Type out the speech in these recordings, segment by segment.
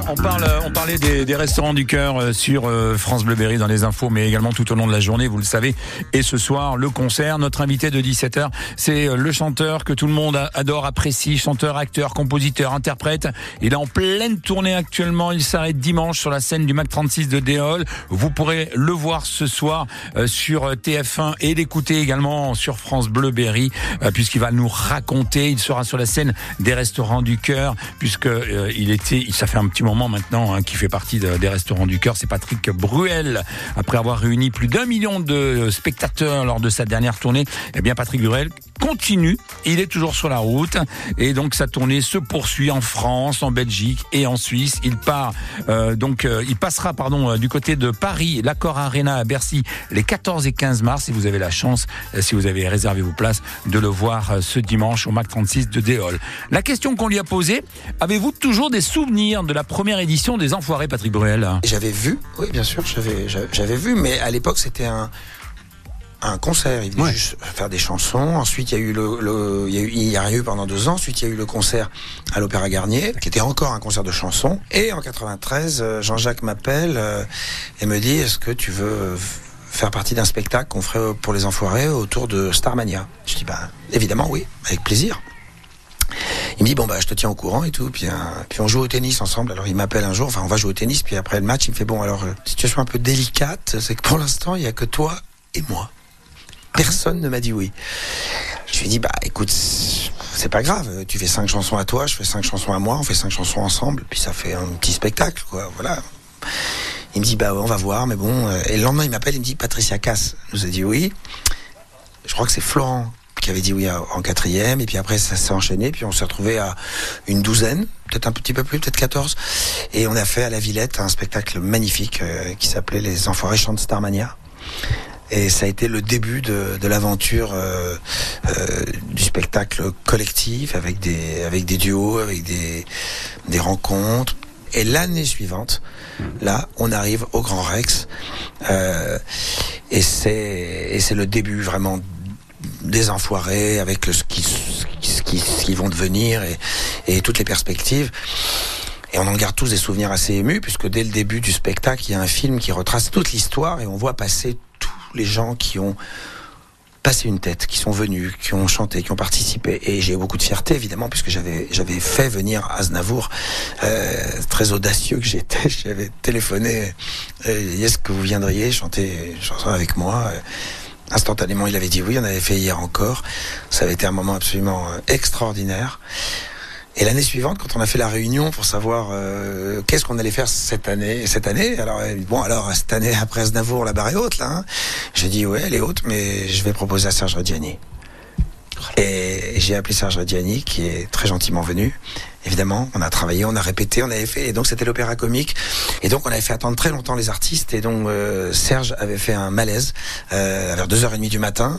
On parlait des restaurants du cœur sur France Bleu Berry dans les infos, mais également tout au long de la journée, vous le savez. Et ce soir, le concert, notre invité de 17h, c'est le chanteur que tout le monde adore, apprécie, chanteur, acteur, compositeur, interprète. Il est en pleine tournée actuellement, il s'arrête dimanche sur la scène du MAC 36 de Déol. Vous pourrez le voir ce soir sur TF1 et l'écouter également sur France Bleu Berry, puisqu'il va nous raconter, il sera sur la scène des restaurants du cœur, puisque ça fait un petit moment maintenant qu'il fait partie des restaurants du cœur. C'est Patrick Bruel. Après avoir réuni plus d'1 million de spectateurs lors de sa dernière tournée, eh bien Patrick Bruel continue. Il est toujours sur la route et donc sa tournée se poursuit en France, en Belgique et en Suisse. Il passera du côté de Paris, l'Accor Arena à Bercy, les 14 et 15 mars. Et vous avez la chance, si vous avez réservé vos places, de le voir ce dimanche au MAC 36 de Déol. La question qu'on lui a posée: avez-vous toujours des souvenirs de la première édition des Enfoirés, Patrick Bruel? J'avais vu, oui bien sûr, j'avais vu, mais à l'époque c'était un concert, il venait juste faire des chansons. Ensuite, il y a eu pendant 2 ans. Ensuite, il y a eu le concert à l'Opéra Garnier, qui était encore un concert de chansons. Et en 93, Jean-Jacques m'appelle et me dit: est-ce que tu veux faire partie d'un spectacle qu'on ferait pour les Enfoirés autour de Starmania? Je dis évidemment oui, avec plaisir. Il me dit je te tiens au courant et tout, puis on joue au tennis ensemble. Alors il m'appelle un jour, on va jouer au tennis, puis après le match il me fait situation un peu délicate, c'est que pour l'instant il y a que toi et moi. Personne ne m'a dit oui. Je lui dis écoute, c'est pas grave, tu fais 5 chansons à toi, je fais 5 chansons à moi, on fait 5 chansons ensemble, puis ça fait un petit spectacle, quoi, voilà. Il me dit on va voir, mais bon. Et le lendemain il m'appelle, il me dit: Patricia Cass nous a dit oui. Je crois que c'est Florent qui avait dit oui en 4e, et puis après ça s'est enchaîné, puis on s'est retrouvé à une 12aine, peut-être un petit peu plus, peut-être 14, et on a fait à la Villette un spectacle magnifique qui s'appelait Les Enfoirés chantent Starmania. Et ça a été le début de l'aventure du spectacle collectif, avec des duos, avec des rencontres. Et l'année suivante, là, on arrive au Grand Rex, et c'est le début vraiment des Enfoirés, avec ce qu'ils vont devenir et toutes les perspectives. Et on en garde tous des souvenirs assez émus, puisque dès le début du spectacle, il y a un film qui retrace toute l'histoire, et on voit passer tous les gens qui ont passé une tête, qui sont venus, qui ont chanté, qui ont participé. Et j'ai eu beaucoup de fierté, évidemment, puisque j'avais fait venir Aznavour, très audacieux que j'étais. J'avais téléphoné: est-ce que vous viendriez chanter une chanson avec moi? Instantanément, il avait dit oui. On avait fait hier encore. Ça avait été un moment absolument extraordinaire. Et l'année suivante, quand on a fait la réunion pour savoir qu'est-ce qu'on allait faire cette année, alors cette année après Aznavour, la barre est haute là. J'ai dit ouais, elle est haute, mais je vais proposer à Serge Reggiani. Et j'ai appelé Serge Reggiani, qui est très gentiment venu. Évidemment, on a travaillé, on a répété, on avait fait, et donc c'était l'Opéra Comique. Et donc on avait fait attendre très longtemps les artistes, et donc Serge avait fait un malaise vers 2h30 du matin,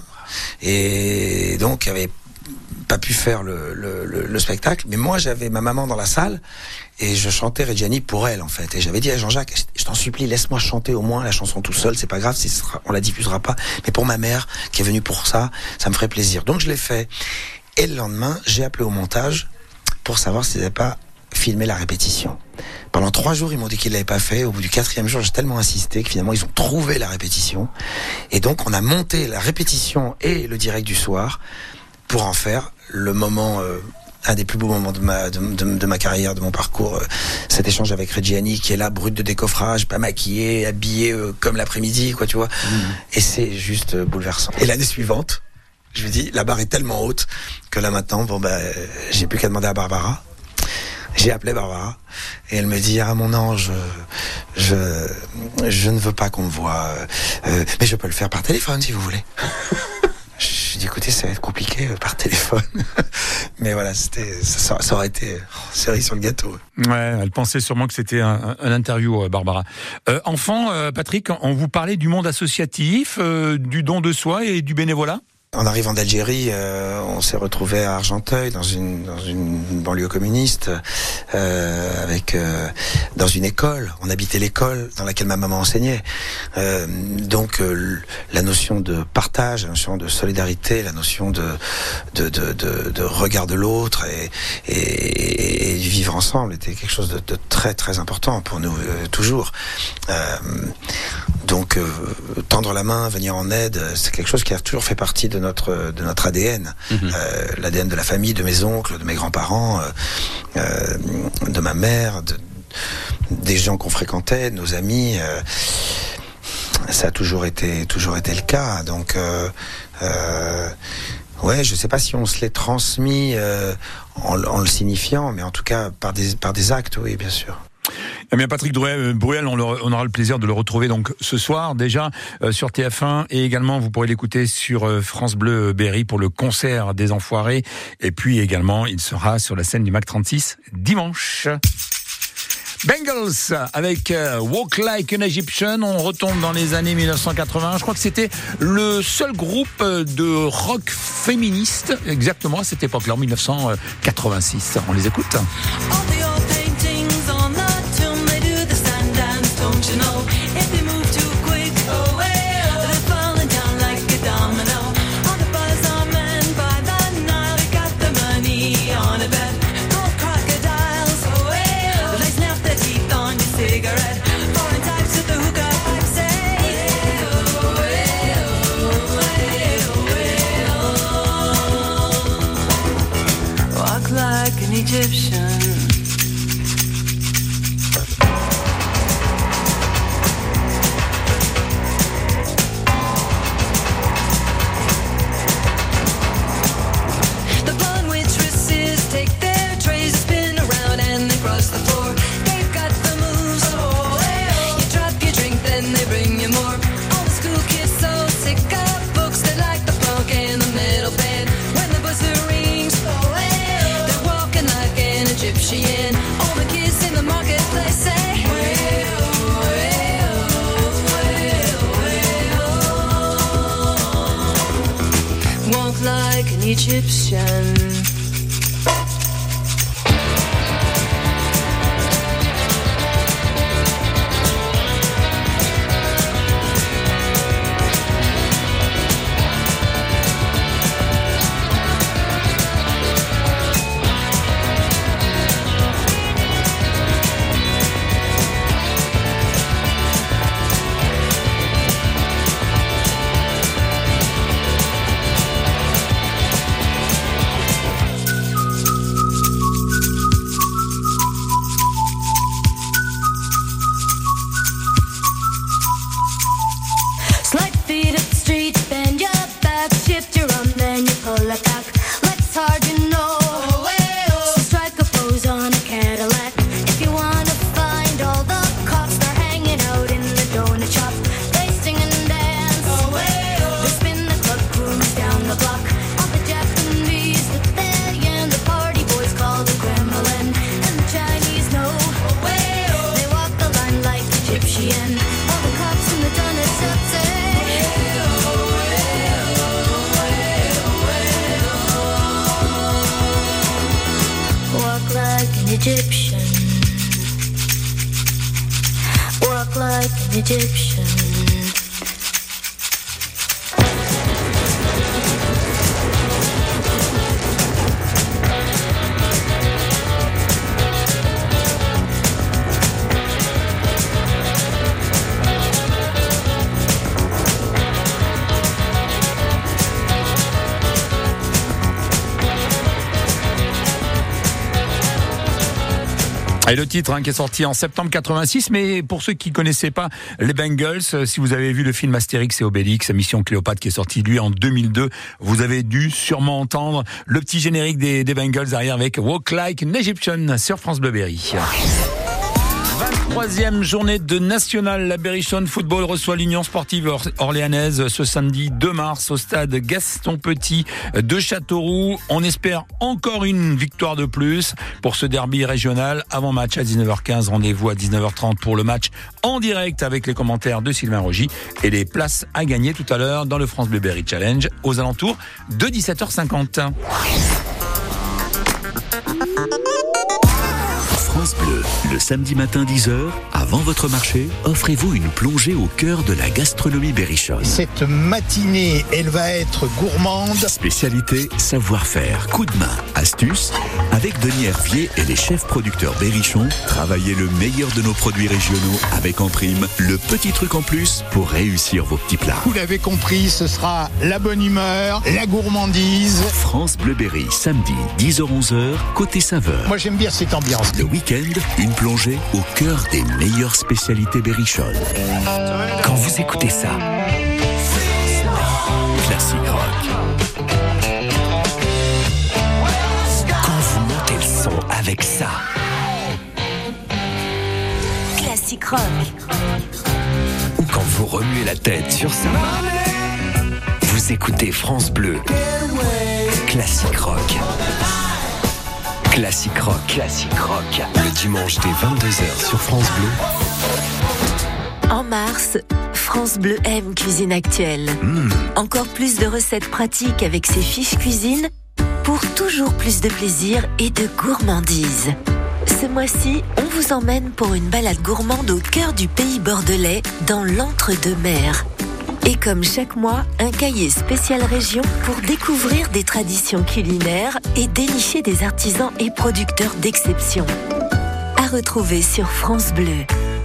et donc avait pas pu faire le spectacle. Mais moi j'avais ma maman dans la salle et je chantais Reggiani pour elle en fait, et j'avais dit à Jean-Jacques: je t'en supplie, laisse-moi chanter au moins la chanson tout seul, c'est pas grave si on la diffusera pas, mais pour ma mère qui est venue pour ça me ferait plaisir. Donc je l'ai fait, et le lendemain j'ai appelé au montage pour savoir s'ils n'avaient pas filmé la répétition. Pendant 3 jours ils m'ont dit qu'ils l'avaient pas fait. Au bout du 4e jour, j'ai tellement insisté que finalement ils ont trouvé la répétition, et donc on a monté la répétition et le direct du soir pour en faire le moment, un des plus beaux moments de ma carrière, de mon parcours, cet échange avec Reggiani, qui est là, brut de décoffrage, pas maquillé, habillé comme l'après-midi, quoi, tu vois. Et c'est juste bouleversant. Et l'année suivante, je lui dis, la barre est tellement haute que là maintenant, j'ai plus qu'à demander à Barbara. J'ai appelé Barbara et elle me dit: mon ange, je ne veux pas qu'on me voie, mais je peux le faire par téléphone si vous voulez. J'ai dit: écoutez, ça va être compliqué par téléphone. Mais voilà, ça aurait été cerise sur le gâteau. Ouais, elle pensait sûrement que c'était un interview, Barbara. Enfant, Patrick, on vous parlait du monde associatif, du don de soi et du bénévolat? En arrivant d'Algérie, on s'est retrouvé à Argenteuil, dans une banlieue communiste. dans une école. On habitait l'école dans laquelle ma maman enseignait. Donc la notion de partage, la notion de solidarité, la notion de regard de l'autre et vivre ensemble était quelque chose de très très important pour nous toujours. Donc tendre la main, venir en aide, c'est quelque chose qui a toujours fait partie de notre ADN. L'ADN de la famille, de mes oncles, de mes grands-parents, de ma mère, des gens qu'on fréquentait, de nos amis. Ça a toujours été le cas. Donc ouais, je sais pas si on se l'est transmis en le signifiant, mais en tout cas par des actes, oui, bien sûr. Eh bien, Patrick Bruel, on aura le plaisir de le retrouver donc ce soir déjà sur TF1 et également vous pourrez l'écouter sur France Bleu Berry pour le concert des Enfoirés et puis également il sera sur la scène du Mac 36 dimanche. Bengals avec Walk Like an Egyptian. On retombe dans les années 1980. Je crois que c'était le seul groupe de rock féministe exactement à cette époque-là, en 1986. On les écoute. Egyptian. The blonde waitresses take their trays, spin around and they cross the floor. They've got the moves. You drop your drink, then they bring you more. All the school kids so sick of books, they like the funk and the metal band. When the buzzer rings, they're walking like an Egyptian. All the kids in the marketplace say, walk like an Egyptian. Egyptian. Walk like an Egyptian. Et le titre qui est sorti en septembre 86, mais pour ceux qui connaissaient pas les Bengals, si vous avez vu le film Astérix et Obélix, Mission Cléopâtre qui est sorti lui en 2002, vous avez dû sûrement entendre le petit générique des Bengals derrière avec Walk Like an Egyptian sur France Bleu Berry. 23e journée de National. La Berrichonne Football reçoit l'Union Sportive Orléanaise ce samedi 2 mars au stade Gaston Petit de Châteauroux. On espère encore une victoire de plus pour ce derby régional. Avant match à 19h15, rendez-vous à 19h30 pour le match en direct avec les commentaires de Sylvain Rogy et les places à gagner tout à l'heure dans le France Bleu Berry Challenge aux alentours de 17h50. Le samedi matin 10h, avant votre marché, offrez-vous une plongée au cœur de la gastronomie berrichonne. Cette matinée, elle va être gourmande. Spécialité, savoir-faire, coup de main, astuces. Avec Denis Hervier et les chefs producteurs berrichons, travaillez le meilleur de nos produits régionaux avec en prime le petit truc en plus pour réussir vos petits plats. Vous l'avez compris, ce sera la bonne humeur, la gourmandise. France Bleu Berry, samedi 10h-11h, côté saveur. Moi j'aime bien cette ambiance. Le week-end, une plongée au cœur des meilleures spécialités berrichonnes. Quand vous écoutez ça, classique rock. Quand vous montez le son avec ça, Classique rock. ou quand vous remuez la tête sur ça, vous écoutez France Bleu. Classique rock. Classique rock. Classique rock. Le dimanche dès 22h sur France Bleu. En mars, France Bleu aime Cuisine Actuelle. Encore plus de recettes pratiques avec ses fiches cuisine pour toujours plus de plaisir et de gourmandise. Ce mois-ci, on vous emmène pour une balade gourmande au cœur du pays bordelais, dans l'entre-deux-mers. Et comme chaque mois, un cahier spécial région pour découvrir des traditions culinaires et dénicher des artisans et producteurs d'exception. À retrouver sur France Bleu.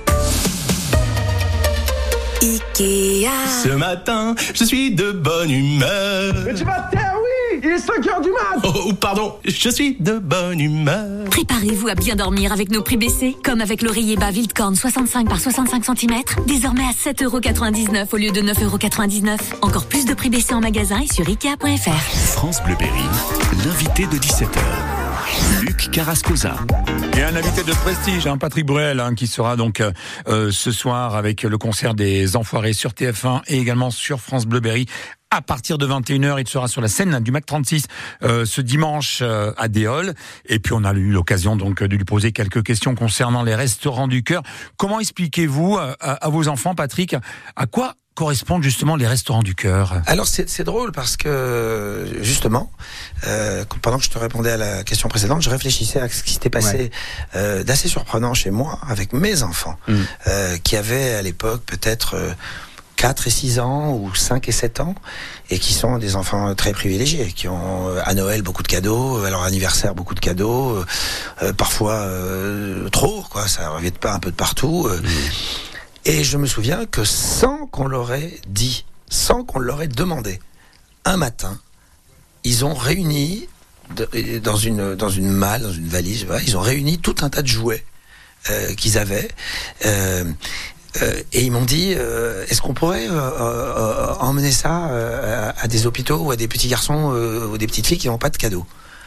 Ikea. Ce matin, je suis de bonne humeur. Mais tu vas te taire, oui! Il est 5h du mat! Oh, pardon, je suis de bonne humeur. Préparez-vous à bien dormir avec nos prix baissés, comme avec l'oreiller bas Wildkorn 65 par 65 cm, désormais à 7,99€ au lieu de 9,99€. Encore plus de prix baissés en magasin et sur Ikea.fr. France Bleu Berry, l'invité de 17h. Luc Carrascosa. Et un invité de prestige, Patrick Bruel, qui sera donc ce soir avec le concert des Enfoirés sur TF1 et également sur France Bleu Berry. À partir de 21h, il sera sur la scène du Mac 36 ce dimanche à Déol. Et puis on a eu l'occasion donc de lui poser quelques questions concernant les restaurants du cœur. Comment expliquez-vous à vos enfants, Patrick, à quoi correspondent justement les restaurants du cœur? Alors c'est drôle parce que justement, pendant que je te répondais à la question précédente, je réfléchissais à ce qui s'était passé d'assez surprenant chez moi avec mes enfants, qui avaient à l'époque peut-être 4 et 6 ans ou 5 et 7 ans et qui sont des enfants très privilégiés, qui ont à Noël beaucoup de cadeaux, à leur anniversaire beaucoup de cadeaux, parfois trop, quoi, ça revient pas un peu de partout. Et je me souviens que sans qu'on leur ait dit, sans qu'on leur ait demandé, un matin, ils ont réuni dans une malle, dans une valise, voilà, ils ont réuni tout un tas de jouets qu'ils avaient. Et ils m'ont dit, est-ce qu'on pourrait emmener ça à des hôpitaux ou à des petits garçons ou des petites filles qui n'ont pas de cadeaux?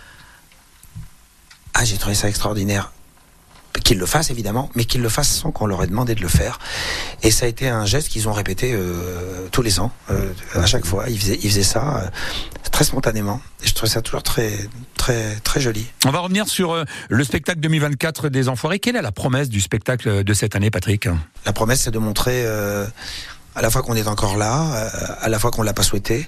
Ah, j'ai trouvé ça extraordinaire. Qu'ils le fassent évidemment, mais qu'ils le fassent sans qu'on leur ait demandé de le faire. Et ça a été un geste qu'ils ont répété tous les ans, à chaque fois. Ils faisaient ça très spontanément. Et je trouvais ça toujours très, très, très joli. On va revenir sur le spectacle 2024 des Enfoirés. Quelle est la promesse du spectacle de cette année, Patrick? La promesse, c'est de montrer à la fois qu'on est encore là, à la fois qu'on l'a pas souhaité.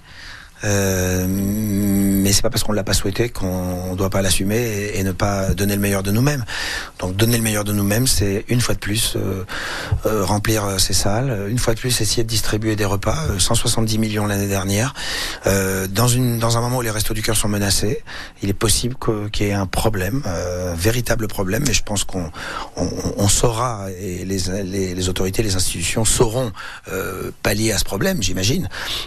Mais c'est pas parce qu'on l'a pas souhaité qu'on doit pas l'assumer et ne pas donner le meilleur de nous-mêmes. Donc donner le meilleur de nous-mêmes, c'est une fois de plus remplir ces salles, une fois de plus essayer de distribuer des repas, 170 millions l'année dernière, dans un moment où les Restos du Cœur sont menacés. Il est possible qu'il y ait un problème, véritable problème, mais je pense qu'on saura, et les autorités, les institutions sauront pallier à ce problème, j'imagine.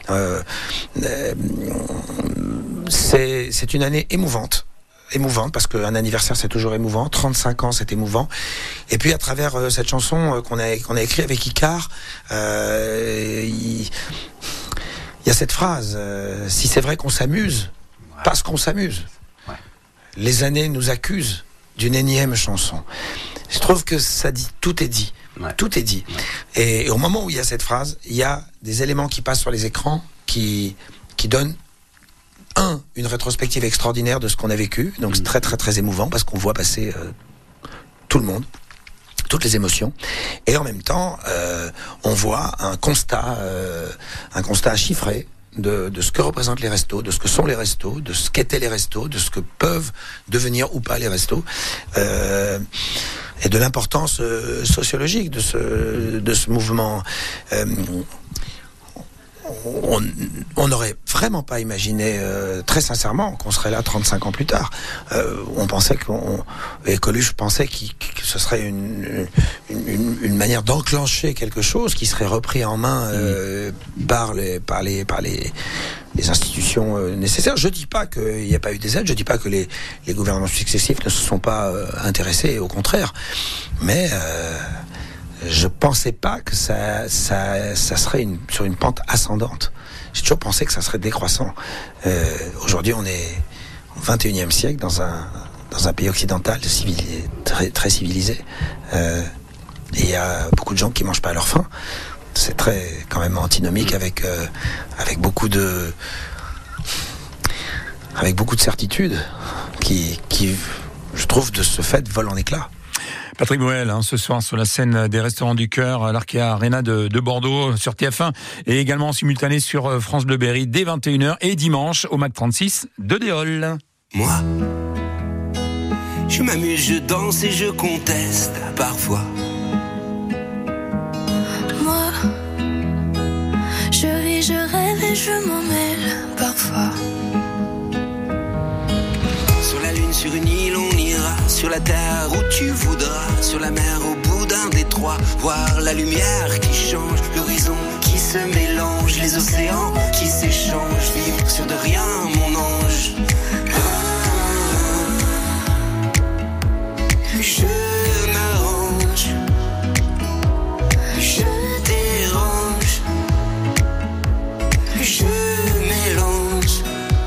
C'est une année émouvante parce qu'un anniversaire c'est toujours émouvant, 35 ans c'est émouvant, et puis à travers cette chanson qu'on a écrite avec Icar, il y a cette phrase, si c'est vrai qu'on s'amuse, parce qu'on s'amuse, les années nous accusent d'une énième chanson. Je trouve que ça dit, tout est dit. Tout est dit. Et au moment où il y a cette phrase, il y a des éléments qui passent sur les écrans qui donne une rétrospective extraordinaire de ce qu'on a vécu, donc c'est très très très émouvant parce qu'on voit passer tout le monde, toutes les émotions, et en même temps on voit un constat chiffré de ce que représentent les restos, de ce que sont les restos, de ce qu'étaient les restos, de ce que peuvent devenir ou pas les restos. de l'importance sociologique de ce mouvement. On n'aurait vraiment pas imaginé, très sincèrement, qu'on serait là 35 ans plus tard. On pensait et Coluche pensait que ce serait une manière d'enclencher quelque chose qui serait repris en main par les institutions nécessaires. Je dis pas qu'il n'y a pas eu des aides, je dis pas que les gouvernements successifs ne se sont pas intéressés, au contraire. Mais je pensais pas que ça serait sur une pente ascendante. J'ai toujours pensé que ça serait décroissant. Aujourd'hui, on est au 21e siècle dans un pays occidental civilisé, très, très civilisé. Et il y a beaucoup de gens qui mangent pas à leur faim. C'est très, quand même, antinomique avec beaucoup de certitudes qui, je trouve, de ce fait, volent en éclats. Patrick Bruel, ce soir sur la scène des Restaurants du Cœur à l'Arkea Arena de Bordeaux sur TF1 et également en simultané sur France Bleu Berry dès 21h et dimanche au Mac 36 de Déol. Moi, je m'amuse, je danse et je conteste parfois. Moi, je ris, je rêve et je m'en mêle parfois. Sur la lune, sur une île, on ira. Sur la terre où tu voudras. Sur la mer, au bout d'un détroit. Voir la lumière qui change. L'horizon qui se mélange. Les océans qui s'échangent. Vivre sur de rien, mon ange. Je m'arrange. Je dérange. Je mélange.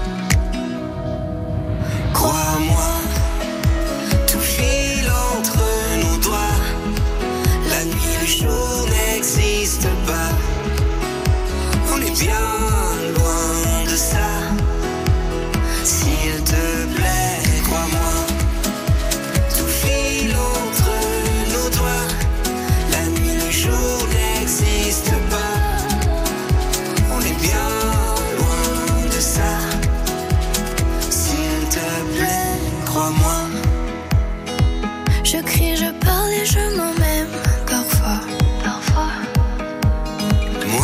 Crois-moi, tout file entre nos doigts. La nuit, le jour n'existe pas. On est bien loin de ça. S'il te plaît, crois-moi. Tout file entre nos doigts. La nuit, le jour n'existe pas. On est bien loin de ça. S'il te plaît, crois-moi. Je crie, je parle et je m'en même parfois. Moi,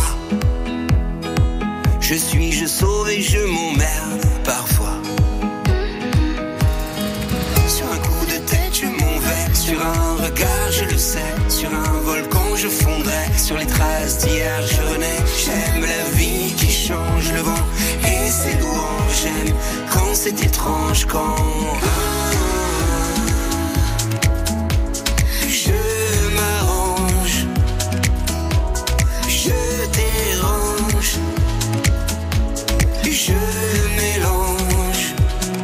je suis, je sauve et je m'emmerde parfois. Sur un coup de tête, je m'en vais. Sur un regard, je le sais. Sur un volcan, je fondrai. Sur les traces d'hier, je renais. J'aime la vie qui change le vent et ses louanges. J'aime quand c'est étrange, quand je m'arrange. Je dérange. Je mélange.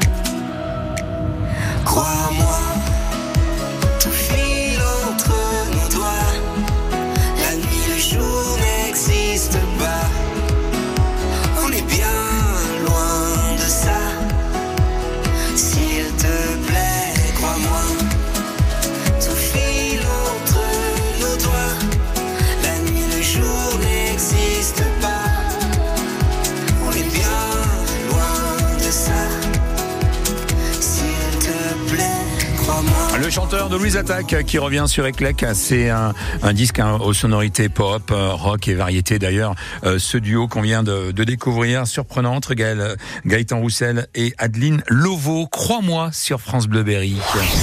Crois-moi, tout file entre nos doigts. La nuit, le jour n'existe pas. On est bien loin de ça. S'il te plaît, crois-moi. Tout file entre nos doigts. La nuit, le jour n'existe pas. On est bien loin de ça. S'il te plaît, crois-moi. Le chanteur de Louise Attaque qui revient sur Eclec, c'est un disque aux sonorités pop, rock et variété d'ailleurs. Ce duo qu'on vient de découvrir, surprenant entre Gaëtan Roussel et Adeline Lovo. Crois-moi sur France Bleu Berry.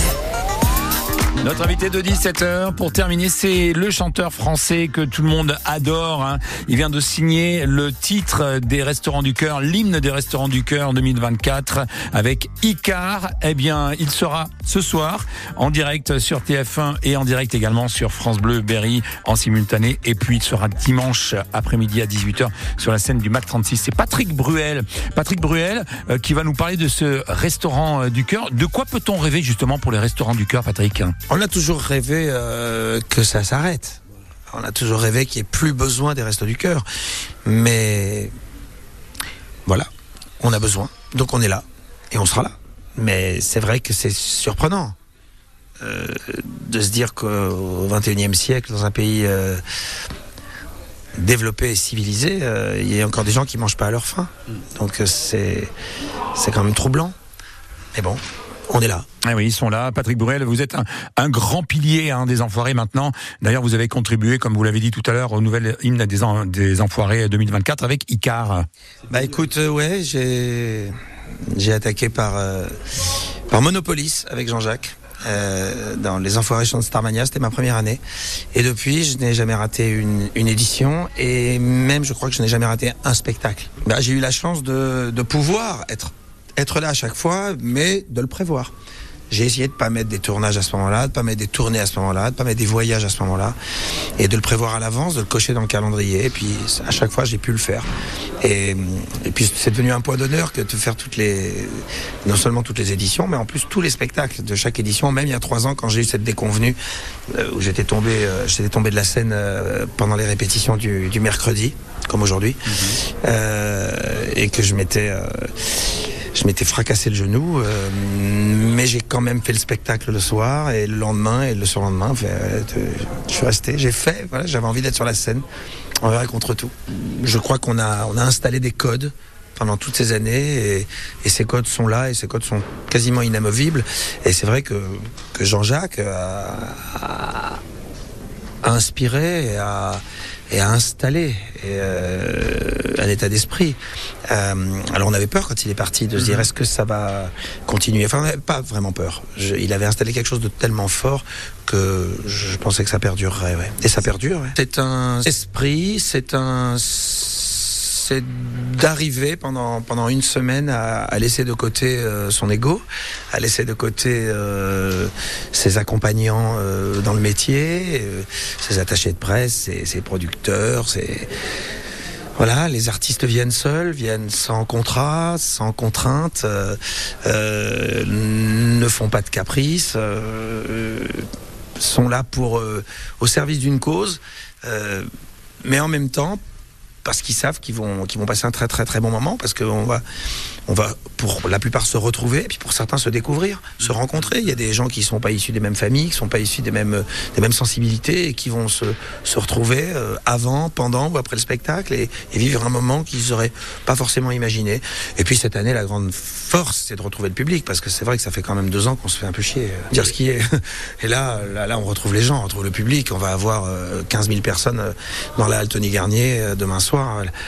Notre invité de 17h, pour terminer, c'est le chanteur français que tout le monde adore. Il vient de signer le titre des Restaurants du Cœur, l'hymne des Restaurants du Cœur 2024 avec Icare. Eh bien, il sera ce soir en direct sur TF1 et en direct également sur France Bleu Berry en simultané. Et puis, il sera dimanche après-midi à 18h sur la scène du Mac 36. C'est Patrick Bruel. Patrick Bruel qui va nous parler de ce Restaurant du Cœur. De quoi peut-on rêver justement pour les Restaurants du Cœur, Patrick ? On a toujours rêvé que ça s'arrête. On a toujours rêvé qu'il n'y ait plus besoin des Restos du Cœur. Mais voilà, on a besoin. Donc on est là. Et on sera là. Mais c'est vrai que c'est surprenant de se dire qu'au XXIe siècle, dans un pays développé et civilisé, il y a encore des gens qui ne mangent pas à leur faim. Donc c'est quand même troublant. Mais bon, On est là. Ah oui, ils sont là. Patrick Bruel, vous êtes un grand pilier des Enfoirés maintenant. D'ailleurs, vous avez contribué, comme vous l'avez dit tout à l'heure, au nouvel hymne des Enfoirés 2024 avec Icar. Bah écoute, ouais, j'ai attaqué par Monopolis avec Jean-Jacques. Dans les Enfoirés chantent Starmania, c'était ma première année. Et depuis, je n'ai jamais raté une édition, et même, je crois que je n'ai jamais raté un spectacle. Bah, j'ai eu la chance de pouvoir être là à chaque fois, mais de le prévoir. J'ai essayé de pas mettre des tournages à ce moment-là, de pas mettre des tournées à ce moment-là, de pas mettre des voyages à ce moment-là, et de le prévoir à l'avance, de le cocher dans le calendrier. Et puis à chaque fois, j'ai pu le faire. Et puis c'est devenu un point d'honneur que de faire non seulement toutes les éditions, mais en plus tous les spectacles de chaque édition. Même il y a 3 ans, quand j'ai eu cette déconvenue où j'étais tombé de la scène pendant les répétitions du mercredi, comme aujourd'hui, et que je m'étais fracassé le genou, mais j'ai quand même fait le spectacle le soir, et le lendemain et le surlendemain, je suis resté, j'ai fait, voilà, j'avais envie d'être sur la scène, envers et contre tout. Je crois qu'on a installé des codes pendant toutes ces années, et ces codes sont là, et ces codes sont quasiment inamovibles, et c'est vrai que Jean-Jacques a inspiré et a installé un état d'esprit. Alors on avait peur quand il est parti de se dire est-ce que ça va continuer. Enfin, on n'avait pas vraiment peur. Il avait installé quelque chose de tellement fort que je pensais que ça perdurerait. Ouais. Et ça perdure. Ouais. C'est un esprit, c'est d'arriver pendant une semaine à laisser de côté son ego, à laisser de côté ses accompagnants dans le métier, ses attachés de presse, ses producteurs, voilà, les artistes viennent seuls, viennent sans contrat, sans contrainte, ne font pas de caprices, sont là au service d'une cause, mais en même temps parce qu'ils savent qu'ils vont passer un très très très bon moment, parce qu'on va pour la plupart se retrouver, et puis pour certains se découvrir, se rencontrer. Il y a des gens qui sont pas issus des mêmes familles, qui sont pas issus des mêmes sensibilités, et qui vont se retrouver avant, pendant ou après le spectacle, et vivre un moment qu'ils n'auraient pas forcément imaginé. Et puis cette année, la grande force, c'est de retrouver le public, parce que c'est vrai que ça fait quand même 2 ans qu'on se fait un peu chier, dire ce qui est. Et là, on retrouve les gens, on retrouve le public. On va avoir 15 000 personnes dans la halle Tony Garnier demain soir.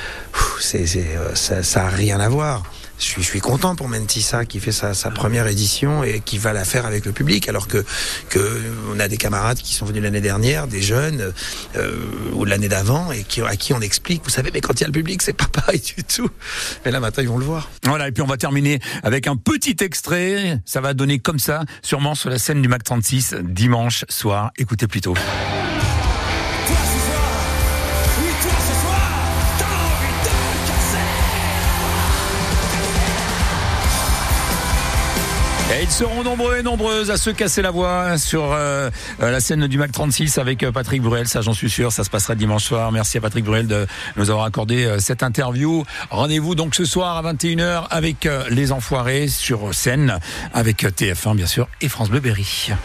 Ça a rien à voir. Je suis content pour Mentissa qui fait sa première édition et qui va la faire avec le public, alors que on a des camarades qui sont venus l'année dernière, des jeunes ou l'année d'avant, et à qui on explique, vous savez, mais quand il y a le public, c'est pas pareil du tout. Mais là maintenant ils vont le voir. Voilà, et puis on va terminer avec un petit extrait. Ça va donner comme ça, sûrement sur la scène du Mac 36 dimanche soir. Écoutez plutôt. Et ils seront nombreux et nombreuses à se casser la voix sur la scène du Mac 36 avec Patrick Bruel, ça j'en suis sûr, ça se passera dimanche soir. Merci à Patrick Bruel de nous avoir accordé cette interview. Rendez-vous donc ce soir à 21h avec les Enfoirés sur scène avec TF1 bien sûr et France Bleu Berry.